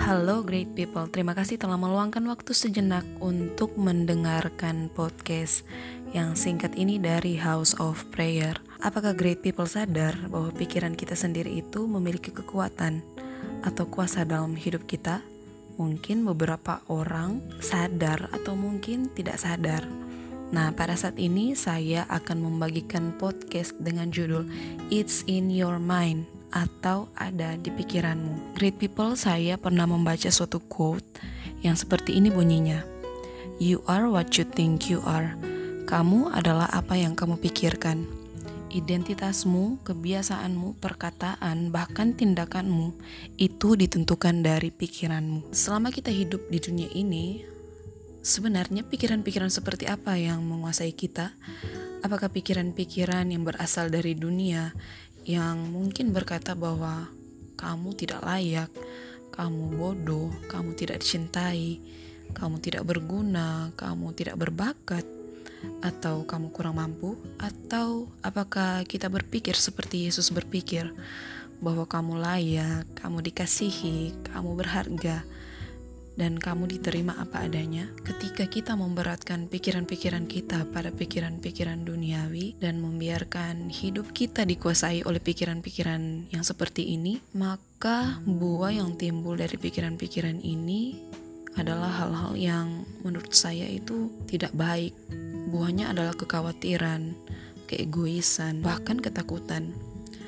Halo great people, terima kasih telah meluangkan waktu sejenak untuk mendengarkan podcast yang singkat ini dari House of Prayer. Apakah great people sadar bahwa pikiran kita sendiri itu memiliki kekuatan atau kuasa dalam hidup kita? Mungkin beberapa orang sadar atau mungkin tidak sadar. Nah, pada saat ini saya akan membagikan podcast dengan judul It's in Your Mind atau ada di pikiranmu. Great people, saya pernah membaca suatu quote yang seperti ini bunyinya. You are what you think you are. Kamu adalah apa yang kamu pikirkan. Identitasmu, kebiasaanmu, perkataan, bahkan tindakanmu itu ditentukan dari pikiranmu. Selama kita hidup di dunia ini, sebenarnya pikiran-pikiran seperti apa yang menguasai kita? Apakah pikiran-pikiran yang berasal dari dunia yang mungkin berkata bahwa kamu tidak layak, kamu bodoh, kamu tidak dicintai, kamu tidak berguna, kamu tidak berbakat, atau kamu kurang mampu? Atau apakah kita berpikir seperti Yesus berpikir bahwa kamu layak, kamu dikasihi, kamu berharga, dan kamu diterima apa adanya? Ketika kita memberatkan pikiran-pikiran kita pada pikiran-pikiran duniawi dan membiarkan hidup kita dikuasai oleh pikiran-pikiran yang seperti ini, maka buah yang timbul dari pikiran-pikiran ini adalah hal-hal yang menurut saya itu tidak baik. Buahnya adalah kekhawatiran, keegoisan, bahkan ketakutan.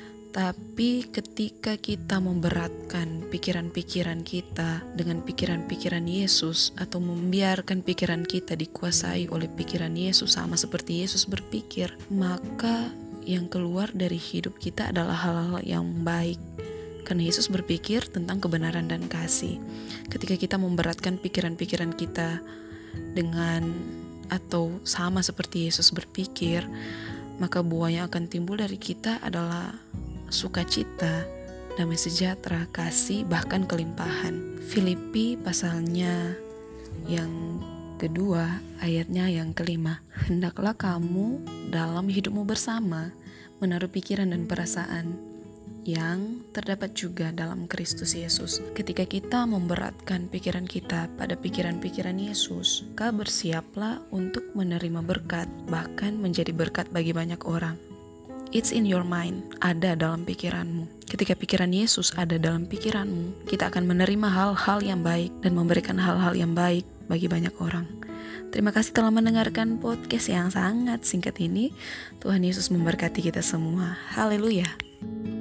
Tapi ketika kita memberatkan pikiran-pikiran kita dengan pikiran-pikiran Yesus atau membiarkan pikiran kita dikuasai oleh pikiran Yesus sama seperti Yesus berpikir, maka yang keluar dari hidup kita adalah hal-hal yang baik. Karena Yesus berpikir tentang kebenaran dan kasih. Ketika kita memberatkan pikiran-pikiran kita dengan atau sama seperti Yesus berpikir, maka buah yang akan timbul dari kita adalah sukacita, damai sejahtera, kasih, bahkan kelimpahan. Filipi pasalnya yang kedua, ayatnya yang kelima. Hendaklah kamu dalam hidupmu bersama menaruh pikiran dan perasaan yang terdapat juga dalam Kristus Yesus. Ketika kita memberatkan pikiran kita pada pikiran-pikiran Yesus, maka bersiaplah untuk menerima berkat, bahkan menjadi berkat bagi banyak orang. It's in your mind, ada dalam pikiranmu. Ketika pikiran Yesus ada dalam pikiranmu, kita akan menerima hal-hal yang baik dan memberikan hal-hal yang baik bagi banyak orang. Terima kasih telah mendengarkan podcast yang sangat singkat ini. Tuhan Yesus memberkati kita semua. Haleluya.